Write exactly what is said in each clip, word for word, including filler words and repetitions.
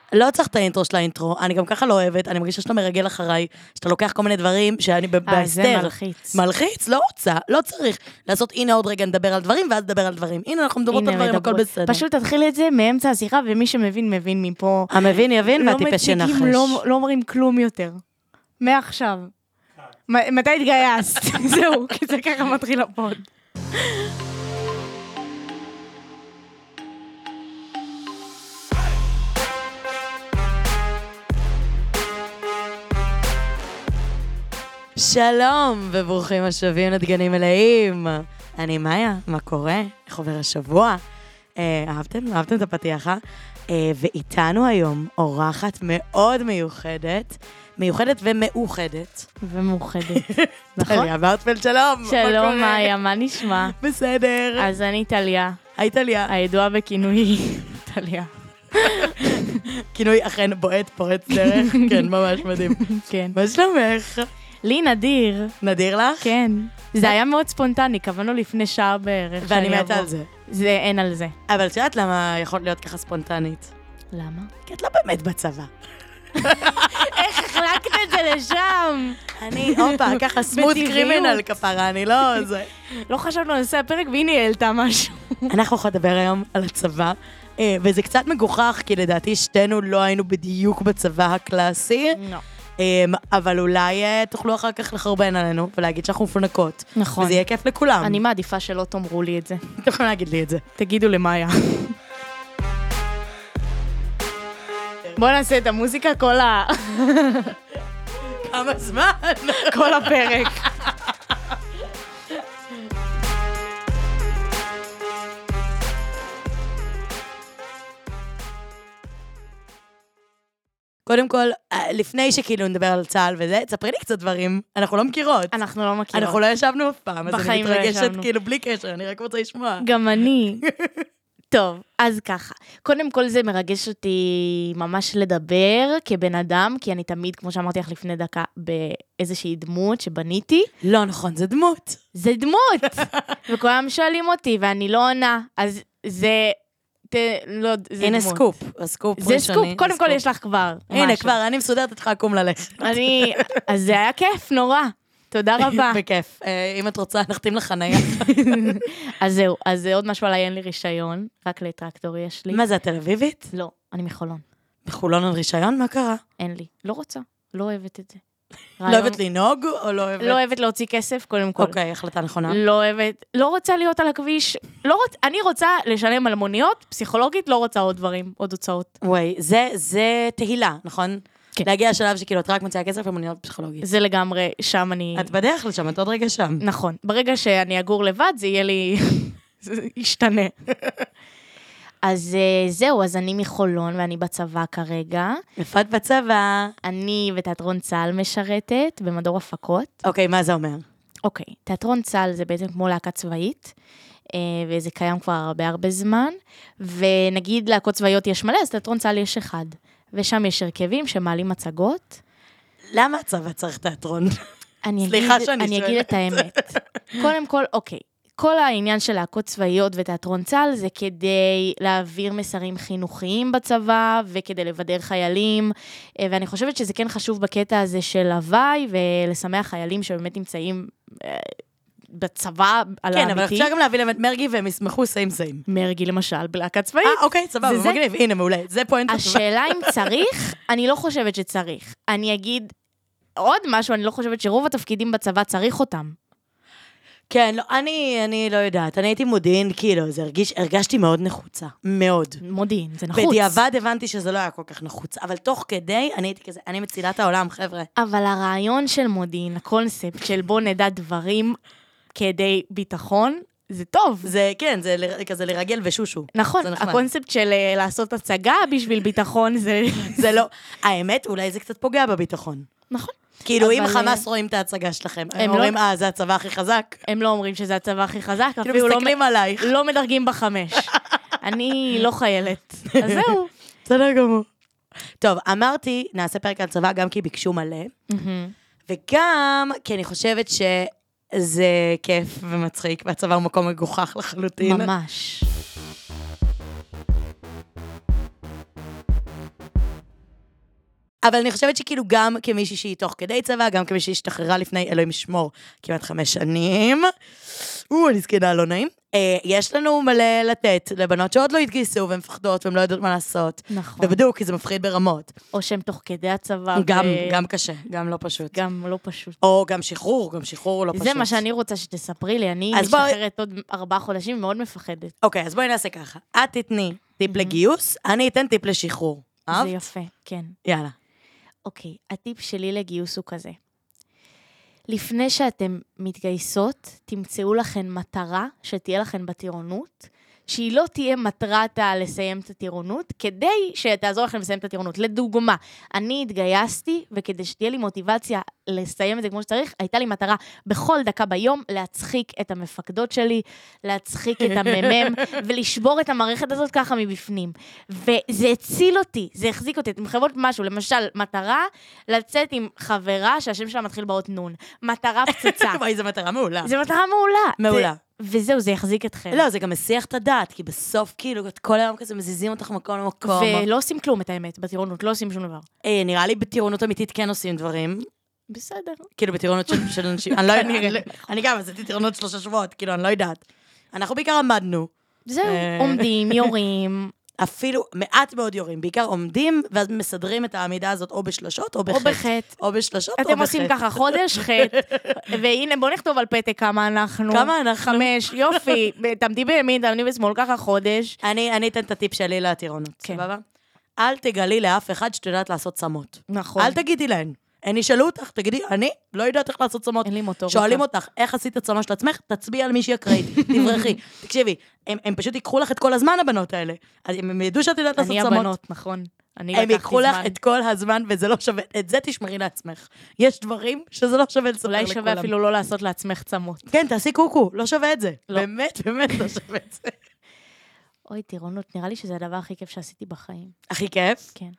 לא צריך את האינטרו של האינטרו, אני גם ככה לא אוהבת, אני מרגישה שאתה מרגל אחריי, שאתה לוקח כל מיני דברים שאני בהסתר. זה מלחיץ. מלחיץ? לא רוצה, לא צריך. לעשות, הנה עוד רגע נדבר על דברים, ואז נדבר על דברים. הנה אנחנו מדברות על דברים, הכל בסדר. פשוט תתחיל את זה מאמצע השיחה, ומי שמבין, מבין מפה. המבין יבין, והטיפש ינחש. לא אומרים כלום יותר. מעכשיו. מתי התגייסת? זהו, כי זה ככה מתחיל הפוד. שלום, וברוכים השבים לדגנים מלאים. אני מאיה, מה קורה? איך עובר השבוע? אה, אהבתם? אהבתם את הפתיח, אה? אה, ואיתנו היום אורחת מאוד מיוחדת, מיוחדת ומאוחדת. ומאוחדת. נכון? טליה בארטפלד, שלום. שלום, מאיה, מה נשמע? בסדר. אז אני טליה. היי טליה. הידועה בכינוי טליה. כינוי אכן בועט פורץ דרך. כן, ממש מדהים. כן. מה שלומך? לי נדיר. נדיר לך? כן. זה היה מאוד ספונטני, קבענו לפני שעה בערך. ואני מתה על זה. זה, אין על זה. אבל את יודעת למה יכול להיות ככה ספונטנית? למה? כי את לא באמת בצבא. איך החלקת את זה לשם? אני, הופה, ככה סמוט קרימינל כפרה, אני לא זה. לא חשבנו על זה הפרק, והנה העלתה משהו. אנחנו יכולים לדבר היום על הצבא, וזה קצת מגוחך, כי לדעתי שתינו לא היינו בדיוק בצבא הקלאסי. לא. אבל אולי תוכלו אחר כך לחרבן עלינו, ולהגיד שאנחנו מפונקות. נכון. וזה יהיה כיף לכולם. אני מעדיפה שלא תאמרו לי את זה. אתם יכולים להגיד לי את זה. תגידו למאיה. בוא נעשה את המוזיקה כל ה... כמה זמן? כל הפרק. קודם כל, לפני שכאילו נדבר על צה"ל וזה, תספרי לי קצת דברים, אנחנו לא מכירות. אנחנו לא מכירות. אנחנו לא ישבנו אף פעם, אז אני בחיים לא מתרגשת ישבנו. כאילו בלי קשר, אני רק רוצה לשמוע. גם אני. טוב, אז ככה. קודם כל זה מרגש אותי ממש לדבר כבן אדם, כי אני תמיד, כמו שאמרתי לך לפני דקה, באיזושהי דמות שבניתי. לא נכון, זה דמות. זה דמות! וכולם שואלים אותי, ואני לא עונה. אז זה... ת, לא, זה הנה דמות. סקופ, הסקופ זה ראשוני. סקופ, קודם כל יש לך כבר. הנה, משהו. כבר, אני מסודרת אותך עקום ללכת. אני... אז זה היה כיף, נורא. תודה רבה. בכיף. אם את רוצה, נחתים לחניה. אז זהו, אז זה עוד משהו עליי, אין לי רישיון, רק לטרקטור יש לי. מה זה, תל אביבית? לא, אני מחולון. בחולון על רישיון? מה קרה? אין לי. לא רוצה, לא אוהבת את זה. לא אוהבת לנהוג או לא אוהבת? לא אוהבת להוציא כסף, קודם כל. אוקיי, החלטה נכונה. לא אוהבת, לא רוצה להיות על הכביש, לא רוצ... אני רוצה לשלם על מוניות, פסיכולוגית, לא רוצה עוד דברים, עוד הוצאות. וואי, זה, זה תהילה, נכון? כן. להגיע לשלב שכאילו את רק מציעה כסף למוניות פסיכולוגית. זה לגמרי, שם אני... את בדרך לשם, את עוד רגע שם. נכון. ברגע שאני אגור לבד, זה יהיה לי... זה ישתנה. אז זהו, אז אני מחולון, ואני בצבא כרגע. איפה את בצבא? אני בתיאטרון צה"ל משרתת, במדור הפקות. אוקיי, מה זה אומר? אוקיי, תיאטרון צה"ל זה בעצם כמו להקה צבאית, וזה קיים כבר הרבה הרבה זמן, ונגיד להקות צבאיות יש מלא, אז תיאטרון צה"ל יש אחד. ושם יש הרכבים שמעלים מצגות. למה הצבא צריך תיאטרון? אני סליחה אגיד, שאני אני שואלת. אגיד את האמת. קודם כל, אוקיי, כל העניין של להקות צבאיות ותיאטרון צה"ל זה כדי להעביר מסרים חינוכיים בצבא, וכדי לבדר חיילים, ואני חושבת שזה כן חשוב בקטע הזה של הוואי, ולשמח חיילים שבאמת נמצאים בצבא על כן, האמיתי. אבל אפשר גם להביא להם את מרגי והם ישמחו סיים סיים. מרגי למשל, בלהקה צבאית. אה, אוקיי, סבבה, זה זה. מגניב, הנה, מעולה. זה פואנט טובה. השאלה אם צריך, אני לא חושבת שצריך. אני אגיד עוד משהו, אני לא חושבת שרוב התפקידים בצבא צריך אותם. כן, לא, אני, אני לא יודעת. אני הייתי מודיעין, כאילו, זה הרגיש, הרגשתי מאוד נחוצה. מאוד. מודיעין, זה נחוץ. בדיעבד הבנתי שזה לא היה כל כך נחוץ, אבל תוך כדי, אני הייתי כזה, אני מצילת העולם, חבר'ה. אבל הרעיון של מודיעין, הקונספט של בוא נדע דברים כדי ביטחון, זה טוב. זה, כן, זה ל- כזה לרגל ושושו. נכון, זה נחמד. הקונספט של אה, לעשות הצגה בשביל ביטחון זה... זה לא, האמת, אולי זה קצת פוגע בביטחון. נכון. כאילו, אם אבל, חמאס רואים את ההצגה שלכם, הם הם אומרים, לא- אה, זה הצבא הכי חזק. הם לא אומרים שזה הצבא הכי חזק, כאילו, אפילו לא, מסתכלים עלייך. לא מדרגים בחמש. אני לא חיילת. אז זהו. בסדר גמור. טוב, אמרתי, נעשה פרק על צבא גם כי ביקשו מלא, וגם כי אני חושבת שזה כיף ומצחיק, והצבא הוא מקום מגוחך לחלוטין. ממש. אבל אני חושבת שכאילו גם כמישהי שהיא תוך כדי צבא, גם כמישהי שהשתחררה לפני אלוהים ישמור כמעט חמש שנים, או, אני זקנה, לא נעים. יש לנו מלא לתת לבנות שעוד לא התגייסו, והן מפחדות, והן לא יודעות מה לעשות. נכון. ובדיוק, כי זה מפחיד ברמות. או שהן תוך כדי הצבא. גם, גם קשה, גם לא פשוט. גם לא פשוט. או גם שחרור, גם שחרור לא פשוט. זה מה שאני רוצה שתספרי לי, אני משחררת עוד ארבעה חודשים, מאוד מפחדת. אוקיי, אז בואי נעשה ככה. את תתני טיפ לגיוס, אני אתן טיפ לשחרור. זה יפה, כן. יאללה. אוקיי, הטיפ שלי לגיוס הוא כזה. לפני שאתם מתגייסות, תמצאו לכן מטרה שתהיה לכן בטירונות, שהיא לא תהיה מטרת לסיים את הטירונות, כדי שתעזור לכם לסיים את הטירונות. לדוגמה, אני התגייסתי, וכדי שתהיה לי מוטיבציה לסיים את זה כמו שצריך, הייתה לי מטרה בכל דקה ביום להצחיק את המפקדות שלי, להצחיק את הממם, ולשבור את המערכת הזאת ככה מבפנים. וזה הציל אותי, זה החזיק אותי. אתם חייבות משהו, למשל, מטרה לצאת עם חברה שהשם שלה מתחיל באות נון. מטרה פצצה. וואי, זו מטרה מעולה. זו מטרה מעולה. מעולה. וזהו, זה יחזיק אתכם. לא, זה גם מסיח את הדעת, כי בסוף, כאילו, את כל היום כזה מזיזים אותך מקום למקום. ולא עושים כלום, את האמת, בטירונות, לא עושים שום דבר. אה, נראה לי בטירונות אמיתית כן עושים דברים. בסדר. כאילו, בטירונות של, של אנשים, אני לא יודעת, אני גם, עשיתי טירונות שלושה שבועות, כאילו, אני לא יודעת. אנחנו בעיקר עמדנו. זהו, עומדים, יורים. אפילו מעט מאוד יורים, בעיקר עומדים, ואז מסדרים את העמידה הזאת או בשלשות או בחטא. או בחטא. או בשלשות או בחטא. אתם עושים ככה חודש, חטא, והנה בואו נכתוב על פתק כמה אנחנו. כמה אנחנו. חמש, יופי, תעמדי בימין, תעמדי בשמאל, ככה חודש. אני, אני אתן את הטיפ שלי לטירונות, סבבה? אל תגלי לאף אחד שאת יודעת לעשות צמות. נכון. אל תגידי להן. הן ישאלו אותך, תגידי, אני לא יודעת איך לעשות צמות. אין לי מוטוריקה. שואלים אותך, איך עשית צמה של עצמך? תצביעי על מישהי אקראית, תברכי. תקשיבי, הם, הם פשוט ייקחו לך את כל הזמן, הבנות האלה. הם, הם ידעו שאת יודעת לעשות צמות. אני הבנות, נכון. אני הם ייקחו לך את כל הזמן, וזה לא שווה, את זה תשמרי לעצמך. יש דברים שזה לא שווה לספר לכולם. אולי שווה אפילו לא לעשות לעצמך צמות. כן, תעשי קוקו, לא שווה את זה. באמת, באמת לא שווה את זה. אוי, טירונות, נראה לי שזה הדבר הכי כיף שעשיתי בחיים. הכי כיף? כן.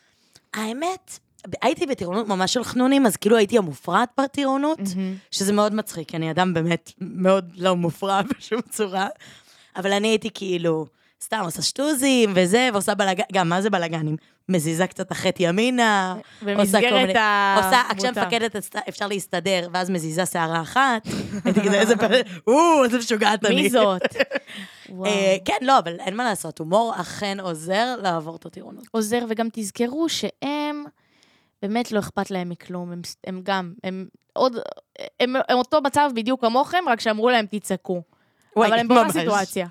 האמת, הייתי בטירונות ממש של חנונים, אז כאילו הייתי המופרעת בטירונות, שזה מאוד מצחיק, אני אדם באמת מאוד לא מופרע בשום צורה, אבל אני הייתי כאילו, סתם עושה שטוזים וזה, ועושה בלגן, גם מה זה בלגנים? מזיזה קצת החטא ימינה, במסגרת ה... עושה, כשמפקדת אפשר להסתדר, ואז מזיזה שערה אחת, הייתי כזה איזה פרק, או, איזה משוגעת אני. מי זאת? כן, לא, אבל אין מה לעשות, הומור אכן עוזר לעבור את הטירונות. עוזר, וגם תזכרו שהם... באמת לא אכפת להם מכלום, הם, הם גם, הם עוד, הם, הם אותו מצב בדיוק כמוכם, רק שאמרו להם תצעקו. אבל הם באותה סיטואציה.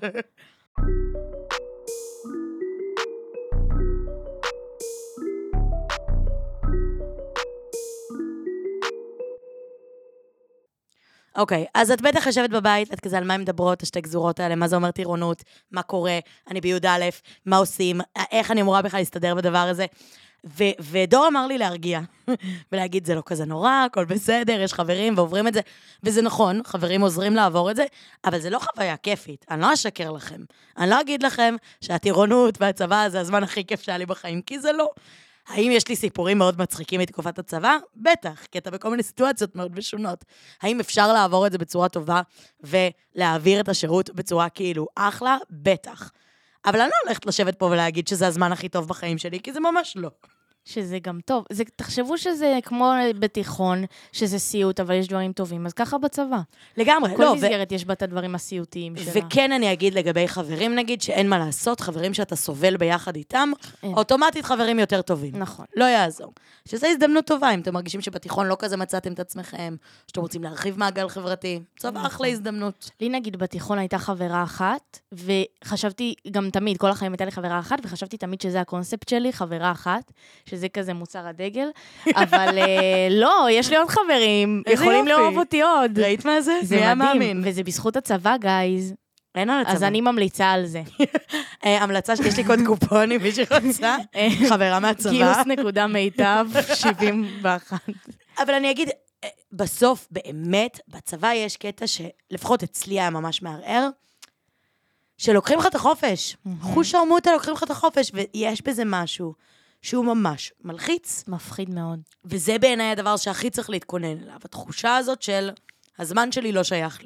אוקיי, אז את בטח יושבת בבית, את כזה על מה הם מדברות, השתי גזורות האלה, מה זה אומר טירונות, מה קורה, אני בי"א, מה עושים, איך אני אמורה בכלל להסתדר בדבר הזה. ו- ודור אמר לי להרגיע, ולהגיד, זה לא כזה נורא, הכל בסדר, יש חברים ועוברים את זה, וזה נכון, חברים עוזרים לעבור את זה, אבל זה לא חוויה כיפית, אני לא אשקר לכם. אני לא אגיד לכם שהטירונות והצבא זה הזמן הכי כיף שהיה לי בחיים, כי זה לא. האם יש לי סיפורים מאוד מצחיקים מתקופת הצבא? בטח, כי אתה בכל מיני סיטואציות מאוד משונות. האם אפשר לעבור את זה בצורה טובה, ולהעביר את השירות בצורה כאילו אחלה? בטח. אבל אני לא הולכת לשבת פה ולהגיד שזה הזמן הכי טוב בחיים שלי, כי זה ממש לא. שזה גם טוב. זה, תחשבו שזה כמו בתיכון, שזה סיוט, אבל יש דברים טובים, אז ככה בצבא. לגמרי, כל לא. מסגרת ו... יש בה את הדברים הסיוטיים שלה. וכן אני אגיד לגבי חברים, נגיד, שאין מה לעשות, חברים שאתה סובל ביחד איתם, אין. אוטומטית חברים יותר טובים. נכון. לא יעזור. שזו הזדמנות טובה, אם אתם מרגישים שבתיכון לא כזה מצאתם את עצמכם, שאתם רוצים להרחיב מעגל חברתי, צבא נכון. אחלה הזדמנות. לי נגיד בתיכון הייתה חברה אחת, וחשבתי גם תמיד, כל החיים הייתה לי חברה אחת, וחשבתי תמיד שזה הקונספט שלי, חברה אחת, שזה כזה מוצר הדגל, אבל לא, יש לי עוד חברים, יכולים לאהוב אותי עוד. ראית מה זה? זה מדהים, וזה בזכות הצבא, גייז. אין על הצבא. אז אני ממליצה על זה. המלצה שיש לי קוד קופון, אם מישהי רוצה, חברה מהצבא. גיוס נקודה מיטב, שבעים ואחת. אבל אני אגיד, בסוף, באמת, בצבא יש קטע שלפחות אצלי היה ממש מערער, שלוקחים לך את החופש. חוש שרמוטה, לוקחים לך את החופש, ויש בזה משהו. שהוא ממש מלחיץ. מפחיד מאוד. וזה בעיניי הדבר שהכי צריך להתכונן אליו. התחושה הזאת של הזמן שלי לא שייך לי.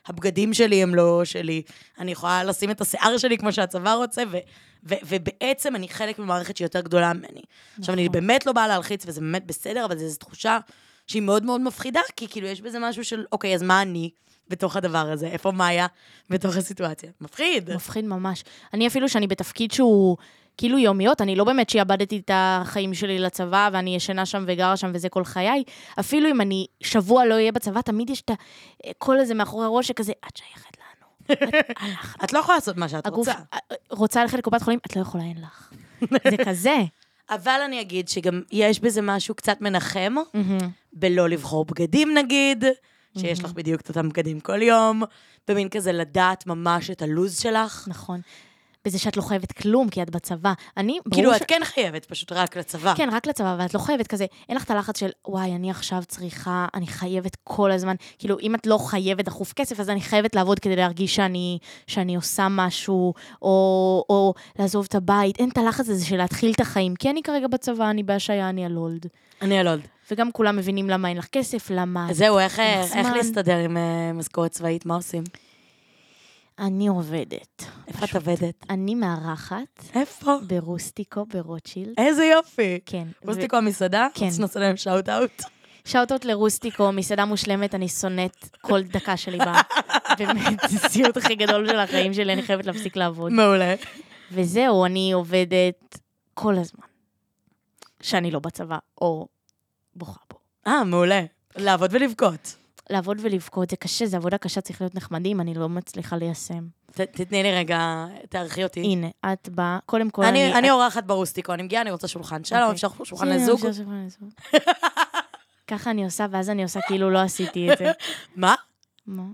הבגדים שלי הם לא שלי, אני יכולה לשים את השיער שלי כמו שהצבא רוצה, ו- ו- ובעצם אני חלק ממערכת שהיא יותר גדולה ממני. עכשיו, אני באמת לא באה להלחיץ, וזה באמת בסדר, אבל זו תחושה שהיא מאוד מאוד מפחידה, כי כאילו יש בזה משהו של, אוקיי, אז מה אני בתוך הדבר הזה? איפה מאיה בתוך הסיטואציה? מפחיד. מפחיד ממש. אני אפילו שאני בתפקיד שהוא כאילו יומיות, אני לא באמת שיעבדתי את החיים שלי לצבא, ואני ישנה שם וגרה שם וזה כל חיי. אפילו אם אני שבוע לא אהיה בצבא, תמיד יש את כל הזה מאחורי הראש שכזה, את שייכת לנו. את, הלך. את לא יכולה לעשות מה שאת הגוף, רוצה. רוצה ללכת לקופת חולים, את לא יכולה, אין לך. זה כזה. אבל אני אגיד שגם יש בזה משהו קצת מנחם, בלא לבחור בגדים נגיד, שיש לך בדיוק את אותם בגדים כל יום, במין כזה לדעת ממש את הלוז שלך. נכון. בזה שאת לא חייבת כלום, כי את בצבא. אני, כאילו, ש... את כן חייבת, פשוט רק לצבא. כן, רק לצבא, ואת לא חייבת כזה, אין לך את הלחץ של, וואי, אני עכשיו צריכה, אני חייבת כל הזמן, כאילו, אם את לא חייבת דחוף כסף, אז אני חייבת לעבוד כדי להרגיש שאני, שאני עושה משהו, או, או לעזוב את הבית. אין את הלחץ הזה של להתחיל את החיים, כי אני כרגע בצבא, אני בהשעיה, אני הלולד. אני הלולד. וגם כולם מבינים למה אין לך כסף, למה... זהו, איך, איך להסתדר עם uh, משכורת צבאית? מה עושים? אני עובדת. איפה את עובדת? אני מארחת. איפה? ברוסטיקו, ברוטשילד. איזה יופי. כן. רוסטיקו המסעדה? כן. אז שנעשה להם שאוט אאוט. שאוטות לרוסטיקו, מסעדה מושלמת, אני שונאת כל דקה שלי בה. באמת, זה סיוט הכי גדול של החיים שלי, אני חייבת להפסיק לעבוד. מעולה. וזהו, אני עובדת כל הזמן. שאני לא בצבא, או בוכה בו. אה, מעולה. לעבוד ולבכות. לעבוד ולבכות, זה קשה, זה עבודה קשה, צריך להיות נחמדים, אני לא מצליחה ליישם. ת, תתני לי רגע, תערכי אותי. הנה, את באה, קודם כל אני, אני... אני את... אורחת ברוסטיקו, אני מגיעה, אני רוצה שולחן. שלום, אפשר שולחן שלום, לזוג? אפשר שולחן לזוג. ככה אני עושה, ואז אני עושה כאילו לא עשיתי את זה. מה? מה?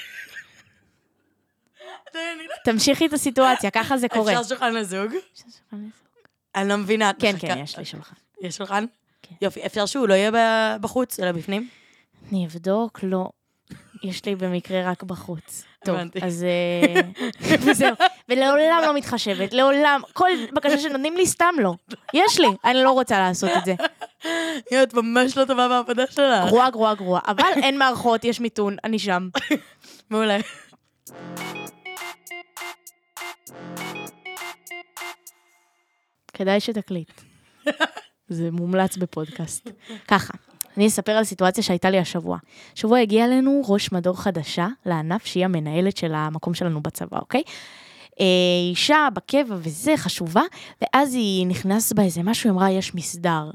תמשיכי את הסיטואציה, ככה זה קורה. אפשר שולחן לזוג? אפשר שולחן לזוג. אני לא מבינה. את כן, מחכה. כן, יש לי שולחן. יש שולחן? כן. יופי, אפשר שהוא לא יהיה ב- בחוץ, אלא בפנים? אני אבדוק, לא. יש לי במקרה רק בחוץ. טוב, הבנתי. אז... אה, וזהו. ולעולם לא מתחשבת, לעולם. כל בקשה שנותנים לי, סתם לא. יש לי, אני לא רוצה לעשות את זה. יואו, את ממש לא טובה בעבודה שלך. גרועה, גרועה, גרועה. אבל אין מערכות, יש מיתון, אני שם. מעולה. כדאי שתקליט. זה מומלץ בפודקאסט. ככה, אני אספר על סיטואציה שהייתה לי השבוע. השבוע הגיע אלינו ראש מדור חדשה לענף שהיא המנהלת של המקום שלנו בצבא, אוקיי? אישה בקבע וזה חשובה, ואז היא נכנס בה איזה משהו, היא אמרה, יש מסדר.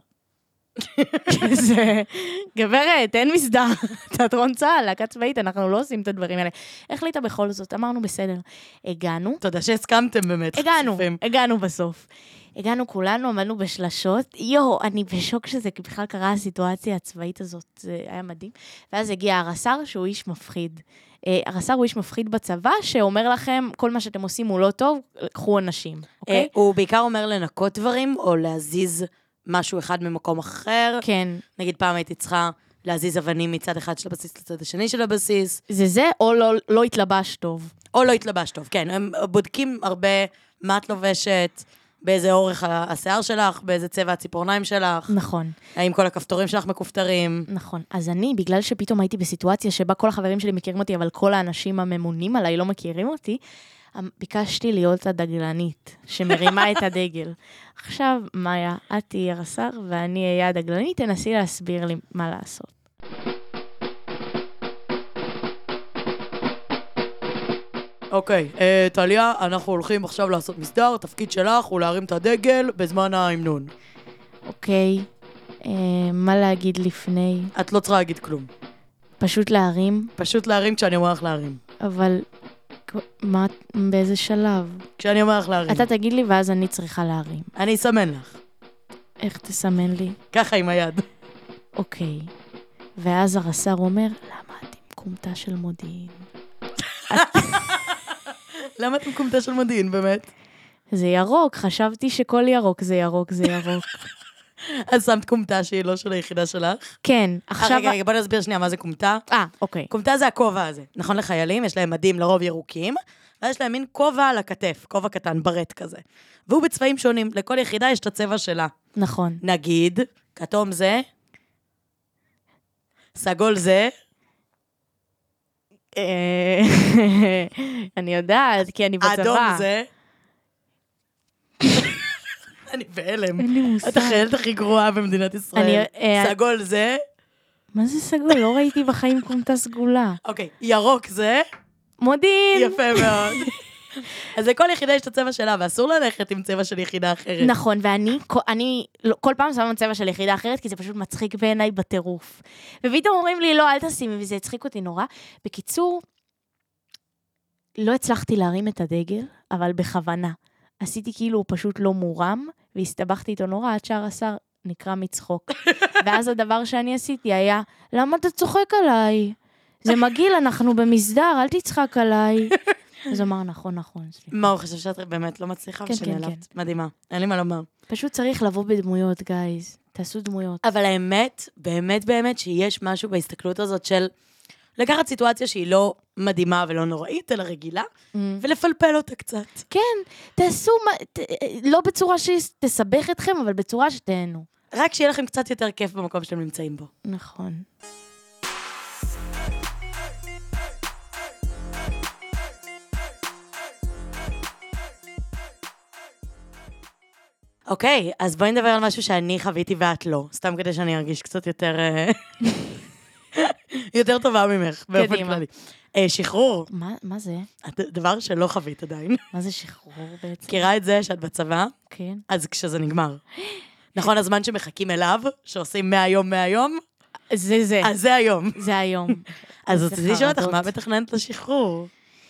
זה, גברת, אין מסדר. תיאטרון צה"ל, להקת צבאית, אנחנו לא עושים את הדברים האלה. החליטה בכל זאת, אמרנו בסדר. הגענו. תודה שהסכמתם באמת. הגענו, חצופים. הגענו בסוף. הגענו כולנו, עמדנו בשלשות. יו, אני בשוק שזה בכלל קרה הסיטואציה הצבאית הזאת, זה היה מדהים. ואז הגיע הרס"ר שהוא איש מפחיד. הרס"ר הוא איש מפחיד בצבא, שאומר לכם, כל מה שאתם עושים הוא לא טוב, קחו אנשים, אוקיי? הוא בעיקר אומר לנקות דברים, או להזיז משהו אחד ממקום אחר. כן. נגיד פעם הייתי צריכה להזיז אבנים מצד אחד של הבסיס לצד השני של הבסיס. זה זה, או לא, לא התלבש טוב. או לא התלבש טוב, כן. הם בודקים הרבה מה את לובשת, באיזה אורך השיער שלך, באיזה צבע הציפורניים שלך. נכון. האם כל הכפתורים שלך מכופתרים. נכון. אז אני, בגלל שפתאום הייתי בסיטואציה שבה כל החברים שלי מכירים אותי, אבל כל האנשים הממונים עליי לא מכירים אותי, ביקשתי להיות הדגלנית, שמרימה את הדגל. עכשיו, מאיה, את תהיי הרס"ר, ואני אהיה הדגלנית, תנסי להסביר לי מה לעשות. אוקיי, טליה, אנחנו הולכים עכשיו לעשות מסדר, התפקיד שלך הוא להרים את הדגל בזמן ההמנון. אוקיי, מה להגיד לפני? את לא צריכה להגיד כלום. פשוט להרים? פשוט להרים כשאני אומר לך להרים. אבל מה, באיזה שלב? כשאני אומר לך להרים. אתה תגיד לי ואז אני צריכה להרים. אני אסמן לך. איך תסמן לי? ככה עם היד. אוקיי. ואז הרס"ר אומר, למה את עם קומתה של מודיעין? למה את עם קומתה של מודיעין, באמת? זה ירוק, חשבתי שכל ירוק זה ירוק, זה ירוק. אז שמת קומתה שהיא לא של היחידה שלך? כן, עכשיו... רגע, רגע, בוא נסביר שנייה מה זה קומתה. אה, אוקיי. קומתה זה הכובע הזה. נכון לחיילים, יש להם מדים לרוב ירוקים, ויש להם מין כובע על הכתף, כובע קטן, ברט כזה. והוא בצבעים שונים, לכל יחידה יש את הצבע שלה. נכון. נגיד, כתום זה, סגול זה, אה, אני יודעת, כי אני בצבא. האדום זה... אני בהלם. אין לי מושג. את החיילת הכי גרועה במדינת ישראל. אני, אה, סגול זה... מה זה סגול? לא ראיתי בחיים קומתה סגולה. אוקיי, ירוק זה... מודיעין. יפה מאוד. אז לכל יחידה יש את הצבע שלה, ואסור ללכת עם צבע של יחידה אחרת. נכון, ואני אני, לא, כל פעם שמה צבע של יחידה אחרת, כי זה פשוט מצחיק בעיניי בטירוף. ופתאום אומרים לי, לא, אל תשימי, וזה הצחיק אותי נורא. בקיצור, לא הצלחתי להרים את הדגל, אבל בכוונה. עשיתי כאילו הוא פשוט לא מורם, והסתבכתי איתו נורא, עד שהרס"ר נקרא מצחוק. ואז הדבר שאני עשיתי היה, למה אתה צוחק עליי? זה מגעיל, אנחנו במסדר, אל תצחק עליי. אז אמר, נכון, נכון. מה, הוא חושב שאת באמת לא מצליחה כן, כן, ושנעלבת? מדהימה, אין לי מה לומר. פשוט צריך לבוא בדמויות, גייז. תעשו דמויות. אבל האמת, באמת באמת, שיש משהו בהסתכלות הזאת של לקחת סיטואציה שהיא לא מדהימה ולא נוראית, אלא רגילה, ולפלפל אותה קצת. כן, תעשו, לא בצורה שתסבך אתכם, אבל בצורה שתהנו. רק שיהיה לכם קצת יותר כיף במקום שאתם נמצאים בו. נכון. אוקיי, אז בואי נדבר על משהו שאני חוויתי ואת לא. סתם כדי שאני ארגיש קצת יותר... יותר טובה ממך, באופן כללי. שחרור. מה זה? דבר שלא חווית עדיין. מה זה שחרור בעצם? מכירה את זה שאת בצבא? כן. אז כשזה נגמר. נכון, הזמן שמחכים אליו, שעושים מאה יום, מאה יום? זה זה. אז זה היום. זה היום. אז רציתי לשאול אותך, מה מתכננת לשחרור?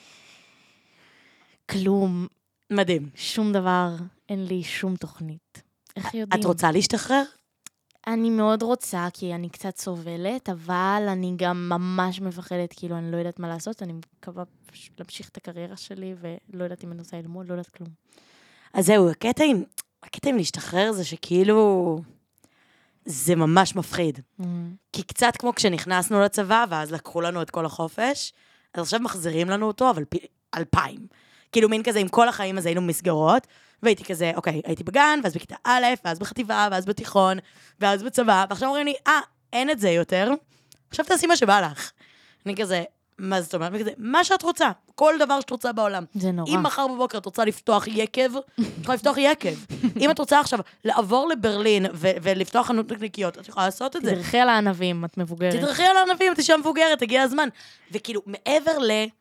כלום. מדהים. שום דבר. אין לי שום תוכנית. איך יודעים? את רוצה להשתחרר? אני מאוד רוצה, כי אני קצת סובלת, אבל אני גם ממש מפחדת, כאילו, אני לא יודעת מה לעשות, אני מקווה להמשיך את הקריירה שלי, ולא יודעת אם אני רוצה ללמוד, לא יודעת כלום. אז זהו, הקטע עם, הקטע עם להשתחרר זה שכאילו, זה ממש מפחיד. Mm-hmm. כי קצת כמו כשנכנסנו לצבא, ואז לקחו לנו את כל החופש, אז עכשיו מחזירים לנו אותו, אבל פי אלפיים. כאילו מין כזה, עם כל החיים הזה היינו מסגרות, והייתי כזה, אוקיי, הייתי בגן, ואז בכיתה א', ואז בחטיבה, ואז בתיכון, ואז בצבא, ועכשיו אומרים לי, אה, אין את זה יותר, עכשיו תעשי מה שבא לך. אני כזה, מה זאת אומרת? וכזה, מה שאת רוצה, כל דבר שאת רוצה בעולם. זה נורא. אם מחר בבוקר את רוצה לפתוח יקב, את יכולה לפתוח יקב. אם את רוצה עכשיו לעבור לברלין ו- ולפתוח חנות נקניקיות, את יכולה לעשות את זה. תדרכי על הענבים, את מבוגרת. תדרכי על הענבים, את אישה מבוגרת, הגיע הזמן. וכאילו, מעבר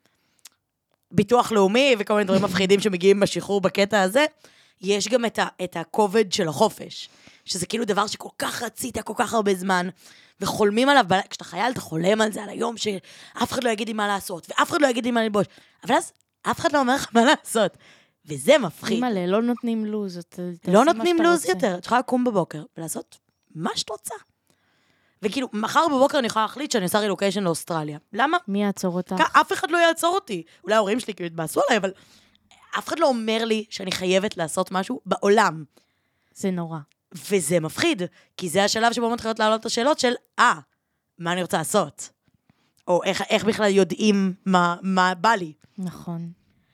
לביטוח לאומי וכל מיני דברים מפחידים שמגיעים בשחרור בקטע הזה, יש גם את, ה- את הכובד של החופש, שזה כאילו דבר שכל כך רצית, כל כך הרבה זמן, וחולמים עליו, כשאתה חייל, אתה חולם על זה, על היום שאף אחד לא יגיד לי מה לעשות, ואף אחד לא יגיד לי מה ללבוש, אבל אז אף אחד לא אומר לך מה לעשות, וזה מפחיד. אימא'לה, לא נותנים לוז. לא נותנים לוז יותר, את יכולה לקום בבוקר, ולעשות מה שאת רוצה. וכאילו, מחר בבוקר אני יכולה להחליט שאני עושה רילוקיישן לאוסטרליה. למה? מי יעצור אותך? אף אחד לא יעצור אותי. אולי ההורים שלי כאילו התבאסו עליי, אבל אף אחד לא אומר לי שאני חייבת לעשות משהו בעולם. זה נורא. וזה מפחיד, כי זה השלב שבו מתחילות לעלות את השאלות של, אה, מה אני רוצה לעשות? או איך, איך בכלל יודעים מה, מה בא לי. נכון.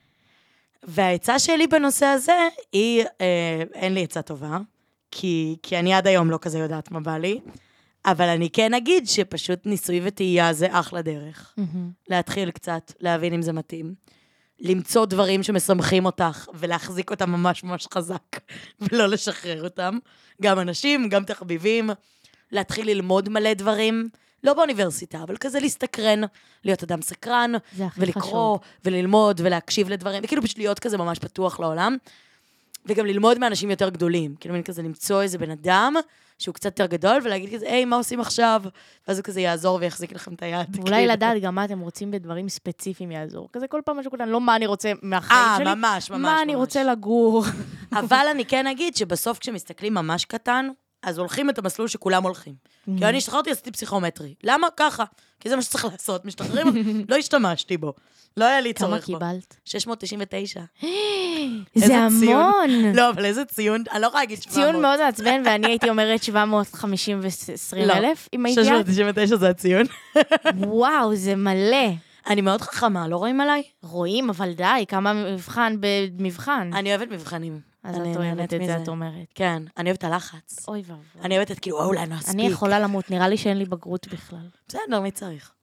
והעצה שלי בנושא הזה היא, אה, אין לי עצה טובה, כי, כי אני עד היום לא כזה יודעת מה בא לי, אבל אני כן אגיד שפשוט ניסוי וטעייה זה אחלה דרך. Mm-hmm. להתחיל קצת, להבין אם זה מתאים. למצוא דברים שמשמחים אותך, ולהחזיק אותם ממש ממש חזק, ולא לשחרר אותם. גם אנשים, גם תחביבים. להתחיל ללמוד מלא דברים, לא באוניברסיטה, אבל כזה להסתקרן, להיות אדם סקרן, ולקרוא, וללמוד, ולהקשיב לדברים, וכאילו פשוט להיות כזה ממש פתוח לעולם, וגם ללמוד מאנשים יותר גדולים, כאילו מין כזה למצוא איזה בן אדם, שהוא קצת יותר גדול, ולהגיד כזה, היי, מה עושים עכשיו? ואז הוא כזה יעזור ויחזיק לכם את היד. אולי לדעת גם מה אתם רוצים בדברים ספציפיים יעזור. כזה כל פעם משהו קטן, לא מה אני רוצה מהחיים שלי, אה, ממש, ממש. מה אני רוצה לגור. אבל אני כן אגיד שבסוף כשמסתכלים ממש קטן, אז הולכים את המסלול שכולם הולכים. כי אני השתחררתי, עשיתי פסיכומטרי. למה? ככה. כי זה מה שצריך לעשות. משתחררים, לא השתמשתי בו. לא היה לי צורך בו. כמה קיבלת? שש מאות תשעים ותשע. זה המון. לא, אבל איזה ציון, אני לא יכולה להגיד שבע מאות. ציון מאוד מעצבן, ואני הייתי אומרת שבע מאות חמישים ועשרים אלף, אם הייתי... שש מאות תשעים ותשע זה הציון. וואו, זה מלא. אני מאוד חכמה, לא רואים עליי? רואים, אבל די, כמה מבחן במבחן. אני אוהבת מבחנים. אז את אוהבת את זה, את אומרת. כן, אני אוהבת הלחץ. אוי ואבוי. אני אוהבת את כאילו, אולי לא אספיק. אני יכולה למות, נראה לי שאין לי בגרות בכלל. בסדר, מי צריך?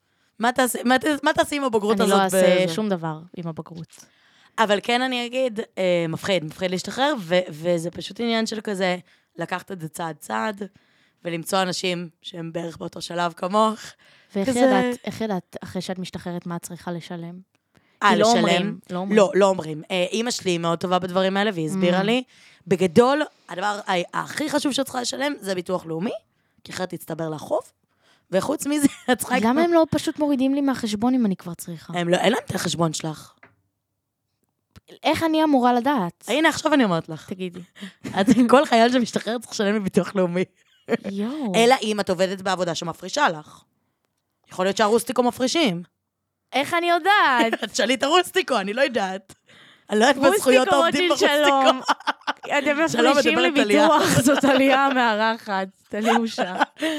מה תעשי, מה, מה תעשי עם הבגרות אני הזאת? לא אעשה בזה? שום דבר עם הבגרות. אבל כן אני אגיד, אה, מפחיד, מפחיד להשתחרר, ו- וזה פשוט עניין של כזה, לקחת את זה צעד צעד, ולמצוא אנשים שהם בערך באותו שלב כמוך. ואיך כזה- ידעת, איך ידעת, אחרי שאת משתחררת, מה את צריכה לשלם? אה, כי לא לשלם? אומרים, לא אומרים. לא, לא אומרים. אה, אימא שלי היא מאוד טובה בדברים האלה, והיא הסבירה Mm. לי, בגדול, הדבר ה- הכי חשוב שאת צריכה לשלם, זה ביטוח לאומי, כי אחרת תצטבר לה חוב, וחוץ מזה, את צריכה... למה הם לא פשוט מורידים לי מהחשבון אם אני כבר צריכה? הם לא, אין להם את החשבון שלך. איך אני אמורה לדעת? הנה, עכשיו אני אומרת לך. תגידי. את, כל חייל שמשתחרר צריך לשלם מביטוח לאומי. יואו. אלא אם את עובדת בעבודה שמפרישה לך. יכול להיות שהרוסטיקו מפרישים. איך אני יודעת? את שאלי את הרוסטיקו, אני לא יודעת. אני לא יודעת בזכויות העובדים רוסטיקו, ברוסטיקו. אתם שלום, מפרישים מדברת טליה. לביטוח, זאת עלייה מארחת. תליושה.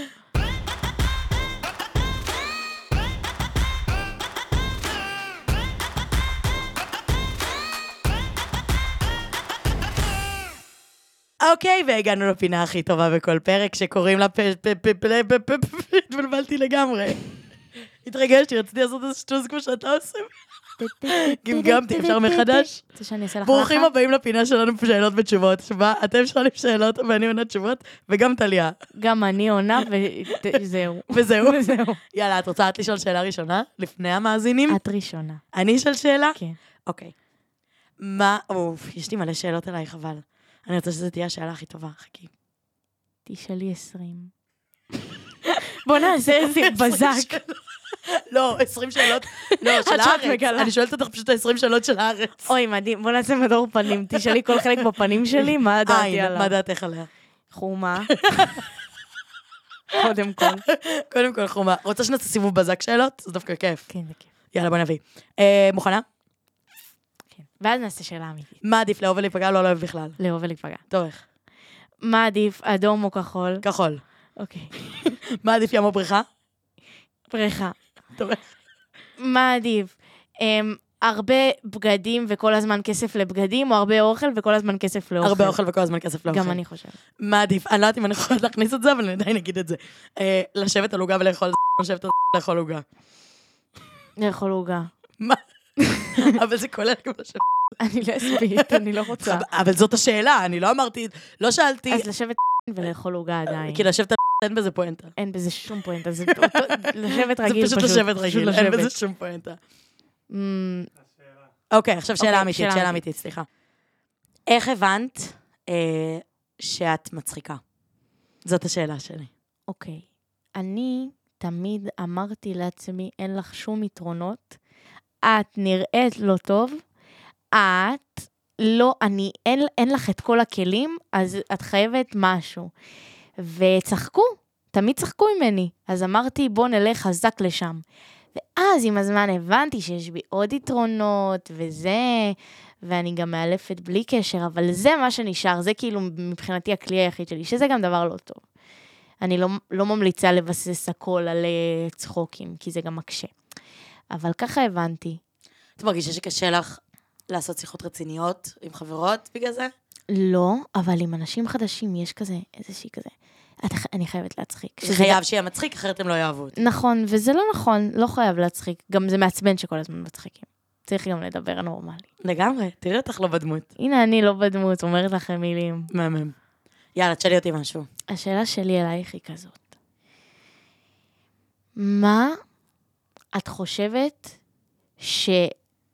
אוקיי, והגענו לפינה הכי טובה בכל פרק, שקוראים לה פ... פ... פ... פ... פ... פ... פ... התבלבלתי לגמרי. התרגשתי, רציתי לעשות איזה שטוז כמו שאתה עושה. גמגמתי, אפשר מחדש? רוצה שאני אעשה לך ברוכים לחץ? הבאים לפינה שלנו שאלות ותשובות, שבה אתם שואלים שאלות ואני עונה תשובות, וגם טליה. גם אני עונה וזהו. וזהו. וזהו. יאללה, את רוצה את לשאול שאלה ראשונה? לפני המאזינים? את ראשונה. אני אשאל שאלה? כן. אוקיי. מה... אוף, יש לי מלא שאלות עליי, חבל. אני רוצה שזו תהיה השאלה הכי טובה, חכי. תשאלי עשרים. בוא נעשה איזה בזק. לא, עשרים שאלות, לא, של שאת הארץ. מגלה. אני שואלת אותך פשוט עשרים שאלות של הארץ. אוי, מדהים. בוא נעשה מדור פנים. תשאלי כל חלק בפנים שלי, מה דעתי עין, עליו. מה דעתך עליה? חומה. קודם כל. קודם כל, חומה. רוצה שנעשה סיבוב בזק שאלות? זה דווקא כיף. כן, זה כיף. יאללה, בוא נביא. אה, מוכנה? כן. ואז נעשה שאלה אמיתית. מה עדיף, לאהוב ולהיפגע, לא לאהוב בכלל? לאהוב ולהיפגע. טוב, איך? מה עדיף, אדום או כחול? כחול. אוקיי. מה עדיף, ים או בריכה? בריכה. טוב, איך? מה עדיף? אמ, הרבה בגדים וכל הזמן כסף לבגדים, או הרבה אוכל וכל הזמן כסף לאוכל? הרבה אוכל וכל הזמן כסף לאוכל. גם אני חושבת. מה עדיף? אני לא יודעת אם אני יכולה להכניס את זה, אבל אני עדיין אגיד את זה. אה, לשבת על עוגה ולאכול לשבת על לאכול עוגה. לאכול עוגה. מה? אבל זה כולל גם לשבת. אני לסבית, אני לא רוצה. אבל זאת השאלה, אני לא אמרתי, לא שאלתי, אז לשבת ולאכול עוגה עדיין. כי לשבת על אין בזה פואנטה. אין בזה שום פואנטה, זה אותו- לשבת זה רגיל פשוט לשבת רגיל, אין בזה שום פואנטה. אמ, אוקיי, עכשיו שאלה אוקיי, אמיתית, שאלה שאלה אמיתית. אמיתית, סליחה. איך הבנת אה, שאת מצחיקה? זאת השאלה שלי. אוקיי. אני תמיד אמרתי לעצמי, אין לך שום יתרונות, את נראית לא טוב, את לא, אני, אין, אין לך את כל הכלים, אז את חייבת משהו. וצחקו, תמיד צחקו ממני. אז אמרתי, בוא נלך חזק לשם. ואז עם הזמן הבנתי שיש בי עוד יתרונות, וזה, ואני גם מאלפת בלי קשר, אבל זה מה שנשאר, זה כאילו מבחינתי הכלי היחיד שלי, שזה גם דבר לא טוב. אני לא, לא ממליצה לבסס הכל על אה, צחוקים, כי זה גם מקשה. אבל ככה הבנתי. את מרגישה שקשה לך לעשות שיחות רציניות עם חברות בגלל זה? לא, אבל עם אנשים חדשים יש כזה, איזושהי כזה. את, אני חייבת להצחיק. שזה חייב שיהיה מצחיק, אחרת הם לא יאהבו אותי. נכון, וזה לא נכון, לא חייב להצחיק. גם זה מעצבן שכל הזמן מצחיקים. צריך גם לדבר נורמלי. לגמרי, תראי אותך לא בדמות. הנה אני לא בדמות, אומרת לכם מילים. מהמם. יאללה, תשאלי אותי משהו. השאלה שלי אלייך היא כזאת. מה את חושבת שאת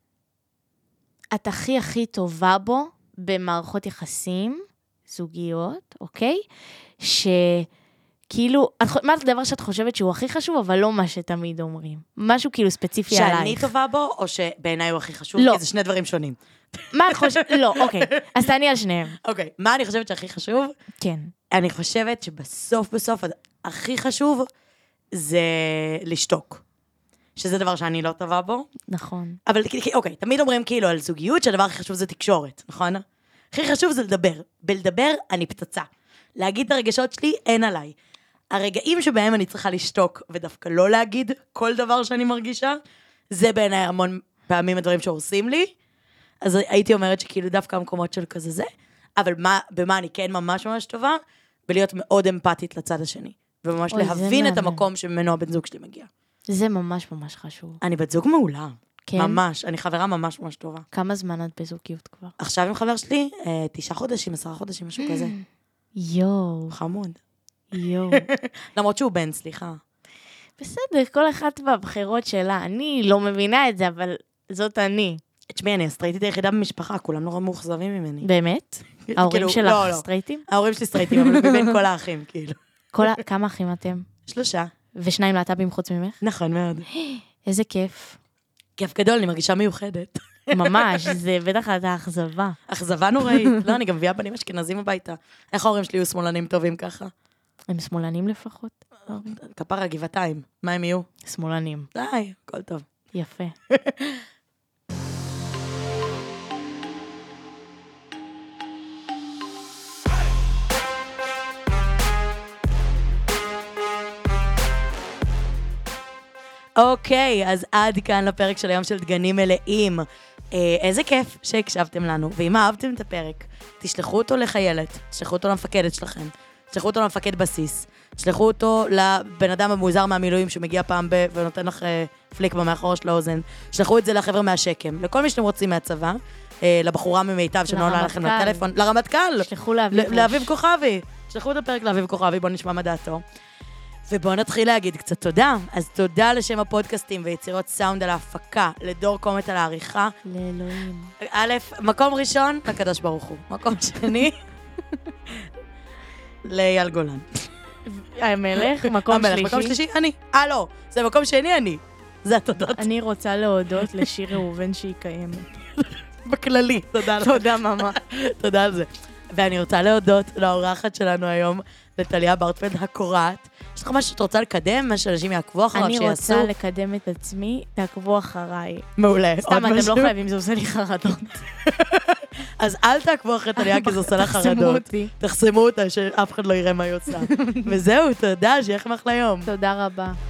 הכי הכי טובה בו במערכות יחסים, זוגיות, אוקיי? שכאילו, את, מה הדבר שאת חושבת שהוא הכי חשוב, אבל לא מה שתמיד אומרים? משהו כאילו ספציפי עלייך. שאני טובה בו, או שבעיניי הוא הכי חשוב? לא. כי זה שני דברים שונים. מה את חושבת? לא, אוקיי. אז תעני על שניהם. אוקיי, מה אני חושבת שהכי חשוב? כן. אני חושבת שבסוף בסוף הכי חשוב זה לשתוק. שזה דבר שאני לא טובה בו. נכון. אבל אוקיי, תמיד אומרים כאילו על זוגיות שהדבר הכי חשוב זה תקשורת, נכון? הכי חשוב זה לדבר. בלדבר אני פצצה. להגיד את הרגשות שלי אין עליי. הרגעים שבהם אני צריכה לשתוק ודווקא לא להגיד כל דבר שאני מרגישה, זה בעיניי המון פעמים הדברים שהורסים לי. אז הייתי אומרת שכאילו דווקא המקומות של כזה זה, אבל מה, במה אני כן ממש ממש טובה, בלהיות מאוד אמפתית לצד השני. וממש אוי, להבין את מהמם. המקום שממנו הבן זוג שלי מגיע. זה ממש ממש חשוב. אני בת זוג מעולה. כן? ממש, אני חברה ממש ממש טובה. כמה זמן את בזוגיות כבר? עכשיו עם חבר שלי, אה, תשעה חודשים, עשרה חודשים, משהו כזה. יואו, חמוד. יואו. למרות שהוא בן, סליחה. בסדר, כל אחת והבחירות שלה. אני לא מבינה את זה, אבל זאת אני. תשמעי, אני הסטרייטית היחידה במשפחה, כולם נורא מאוכזבים ממני. באמת? ההורים כאילו, שלך לא, לא. סטרייטים? ההורים שלי סטרייטים, אבל מבין כל האחים, כאילו. כל ה- כמה אחים אתם? שלושה. ושניים להט"בים חוץ ממך? נכון מאוד. איזה כיף. כיף גדול, אני מרגישה מיוחדת. ממש, זה בטח הייתה אכזבה. אכזבה נוראית. לא, אני גם מביאה בנים אשכנזים הביתה. איך ההורים שלי יהיו שמאלנים טובים ככה? הם שמאלנים לפחות? כפרה, גבעתיים. מה הם יהיו? שמאלנים. די, הכל טוב. יפה. אוקיי, אז עד כאן לפרק של היום של דגנים מלאים. אה, איזה כיף שהקשבתם לנו, ואם אהבתם את הפרק, תשלחו אותו לחיילת, תשלחו אותו למפקדת שלכם, תשלחו אותו למפקד בסיס, תשלחו אותו לבן אדם המוזר מהמילואים שמגיע פעם ב... ונותן לך אה, פליק במאחורה של האוזן, תשלחו את זה לחבר מהשקם, לכל מי שאתם רוצים מהצבא, אה, לבחורה ממיטב שנעולה לכם לטלפון, לרמטכ"ל, תשלחו לאביב ראש. לאביב כוכבי, תשלחו את הפרק לאביב כוכבי, בואו נשמע מה דעתו. ובואו נתחיל להגיד קצת תודה. אז תודה לשם הפודקאסטים ויצירות סאונד על ההפקה, לדור קומט על העריכה. לאלוהים. א', מקום ראשון, לקדוש ברוך הוא. מקום שני, לאייל גולן. המלך, מקום המלך, שלישי. מקום שלישי, אני. אה, לא, זה מקום שני, אני. זה התודות. אני רוצה להודות לשיר ראובן שהיא קיימת. בכללי. תודה לך. תודה, ממש. תודה על זה. ואני רוצה להודות לאורחת שלנו היום, לטליה ברטפלד הקוראת. יש לך משהו שאת רוצה לקדם? מה שאנשים יעקבו אחריו, אני שיעשו? רוצה לקדם את עצמי, תעקבו אחריי. מעולה. סתם, עוד אתם משהו? לא חייבים, זה עושה לי חרדות. אז אל תעקבו אחרי טליה, כי זה עושה לך תחסמו חרדות. אותי. תחסמו אותה, שאף אחד לא יראה מה היא עושה. וזהו, תודה, שיהיה לכם אחלה יום. תודה רבה.